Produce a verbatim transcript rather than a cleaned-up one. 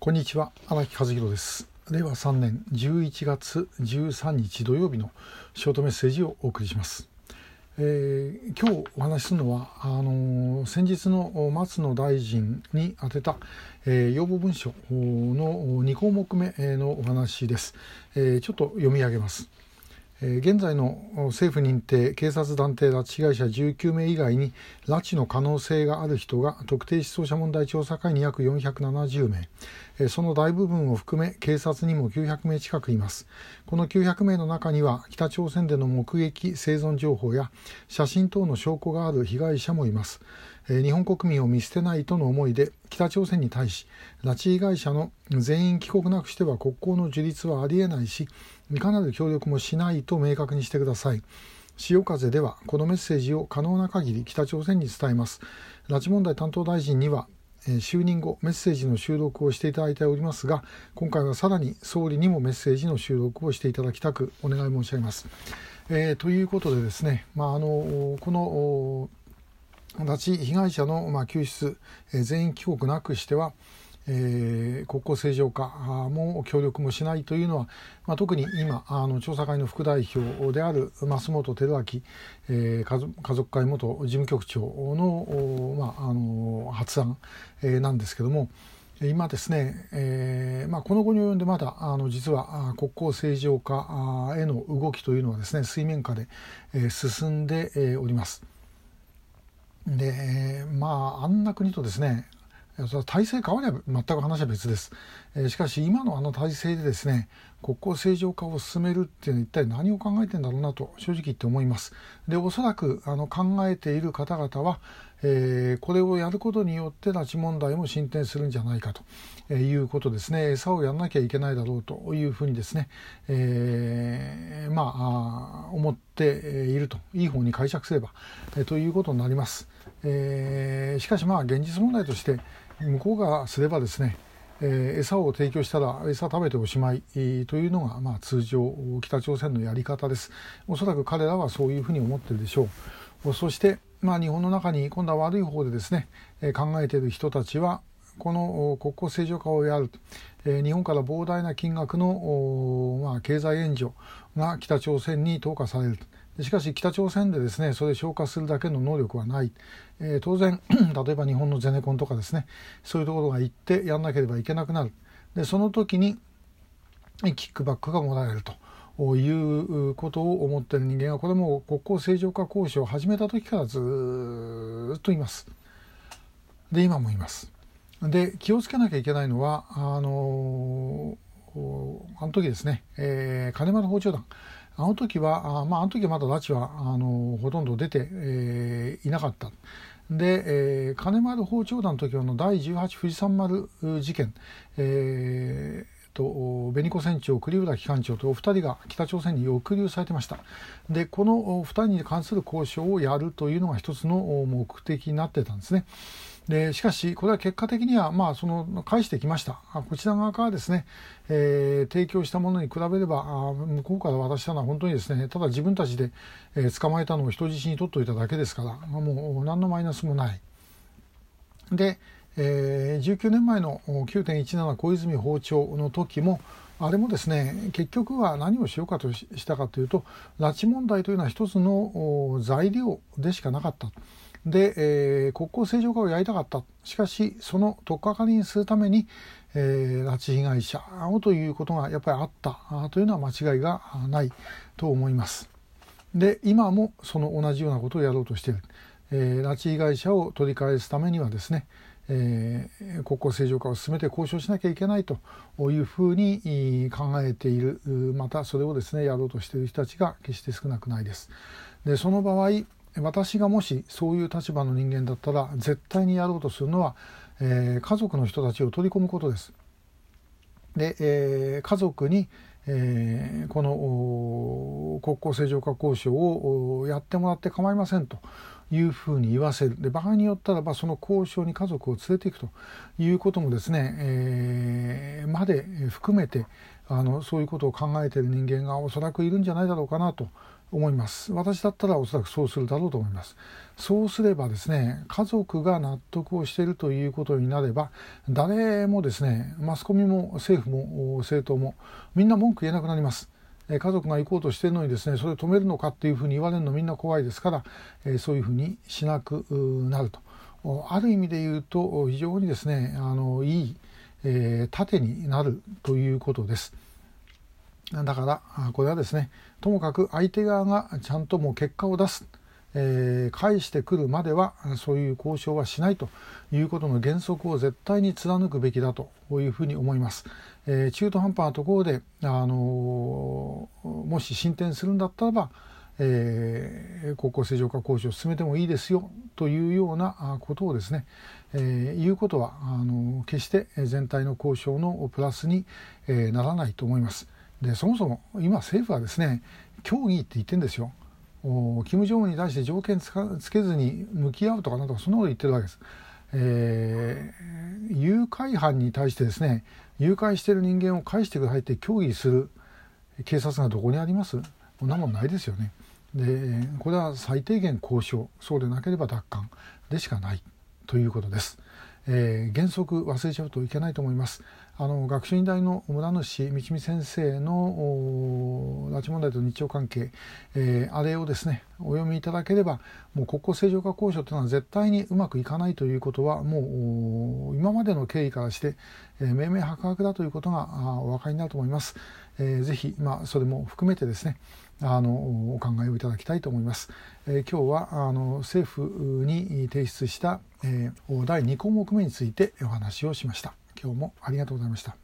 こんにちは、荒木和弘です。れいわさんねんじゅういちがつじゅうさんにち土曜日のショートメッセージをお送りします。えー、今日お話しするのはあのー、先日の松野大臣に宛てた、えー、要望文書のにこうもくめのお話です。えー、ちょっと読み上げます。現在の政府認定警察団体拉致被害者じゅうきゅうめい以外に拉致の可能性がある人が特定失踪者問題調査会に約よんひゃくななじゅうめい、その大部分を含め警察にもきゅうひゃくめい近くいます。このきゅうひゃくめいの中には北朝鮮での目撃生存情報や写真等の証拠がある被害者もいます。日本国民を見捨てないとの思いで北朝鮮に対し拉致被害者の全員帰国なくしては国交の樹立はありえないし、いかなる協力もしないと明確にしてください。潮風ではこのメッセージを可能な限り北朝鮮に伝えます。拉致問題担当大臣には就任後メッセージの収録をしていただいておりますが、今回はさらに総理にもメッセージの収録をしていただきたくお願い申し上げます。えー、ということでですね、まあ、あのこの拉致被害者の、まあ、救出、えー、全員帰国なくしては、えー、国交正常化も協力もしないというのは、まあ、特に今あの調査会の副代表である増本照明、えー、家族、家族会元事務局長の、まあ、あの発案、えー、なんですけども、今ですね、えーまあ、この後に及んでまだあの実は国交正常化への動きというのはですね、水面下で、えー、進んで、えー、おります。でまああんな国とですね、体制変われば全く話は別です。えー、しかし今のあの体制でですね、国交正常化を進めるっていうのは一体何を考えてんだろうなと正直言って思います。でおそらくあの考えている方々は、えー、これをやることによって拉致問題も進展するんじゃないかと、えー、いうことですね。餌をやらなきゃいけないだろうというふうにですね、えー、まあ思っていると、いい方に解釈すれば、えー、ということになります。えー、しかしまあ現実問題として向こうがすればですね、えー、餌を提供したら餌食べておしまいというのが、まあ、通常北朝鮮のやり方です。おそらく彼らはそういうふうに思っているでしょう。そして、まあ、日本の中に今度は悪い方でですね、えー、考えている人たちはこの国交正常化をやる、えー、日本から膨大な金額の、まあ、経済援助が北朝鮮に投下される。しかし北朝鮮でですね、それを消化するだけの能力はない。えー、当然例えば日本のゼネコンとかですね、そういうところが行ってやらなければいけなくなる。でその時にキックバックがもらえるということを思っている人間は、これも国交正常化交渉を始めた時からずっといます。で今もいます。で気をつけなきゃいけないのはあのあの時ですね、えー、金丸包丁団、あの時はあ、まあ、あの時はまだ拉致はあのほとんど出て、えー、いなかった。で、えー、金丸包丁団の時はのだいじゅうはち富士山丸事件、えー、と紅子船長栗浦機関長とお二人が北朝鮮に抑留されてました。でこのふたりに関する交渉をやるというのが一つの目的になってたんですね。でしかしこれは結果的には、まあ、その返してきました。こちら側からですね、えー、提供したものに比べればあ向こうから渡したのは本当にですね、ただ自分たちで、えー、捕まえたのを人質に取っておいただけですから、もう何のマイナスもない。で、えー、じゅうきゅうねんまえの きゅうてんいちなな 小泉訪朝の時もあれもですね、結局は何をしようかとしたかというと、拉致問題というのは一つの材料でしかなかった。で、えー、国交正常化をやりたかった。しかしその取っかかりにするために、えー、拉致被害者をということがやっぱりあったというのは間違いがないと思います。で今もその同じようなことをやろうとしている。えー、拉致被害者を取り返すためにはですね、えー、国交正常化を進めて交渉しなきゃいけないというふうに考えている。またそれをですねやろうとしている人たちが決して少なくないです。でその場合私がもしそういう立場の人間だったら絶対にやろうとするのは、えー、家族の人たちを取り込むことです。で、えー、家族に、えー、この国交正常化交渉をやってもらって構いませんというふうに言わせる。で場合によったらばその交渉に家族を連れていくということもですね、えー、まで含めてあのそういうことを考えている人間がおそらくいるんじゃないだろうかなと思います。私だったらおそらくそうするだろうと思います。そうすればですね、家族が納得をしているということになれば、誰もですね、マスコミも政府も政党もみんな文句言えなくなります。家族が行こうとしているのにですね、それを止めるのかっていうふうに言われるのみんな怖いですから、そういうふうにしなくなると。ある意味で言うと非常にですね、あのいい、えー、盾になるということです。だからこれはですね、ともかく相手側がちゃんともう結果を出す、えー、返してくるまではそういう交渉はしないということの原則を絶対に貫くべきだというふうに思います。えー、中途半端なところで、あのー、もし進展するんだったらば、えー、国交正常化交渉を進めてもいいですよというようなことをですね、えー、言うことはあの決して全体の交渉のプラスに、えー、ならないと思います。でそもそも今政府はですね、協議って言ってるんですよ。金正恩に対して条件つかつけずに向き合うとかなんとかそんなこと言ってるわけです。えー、誘拐犯に対してですね、誘拐している人間を返してくださいって協議する警察がどこにあります？そんなもんないですよね。でこれは最低限交渉、そうでなければ奪還でしかないということです。えー、原則忘れちゃうといけないと思います。あの学習院大の村主道美先生の拉致問題と日朝関係、えー、あれをですねお読みいただければ、もう国交正常化交渉というのは絶対にうまくいかないということはもう今までの経緯からして、えー、明々白々だということがお分かりになると思います。えー、ぜひ、まあ、それも含めてですね、あのお考えをいただきたいと思います。えー、今日はあの政府に提出した、えー、だいに項目目についてお話をしました。今日もありがとうございました。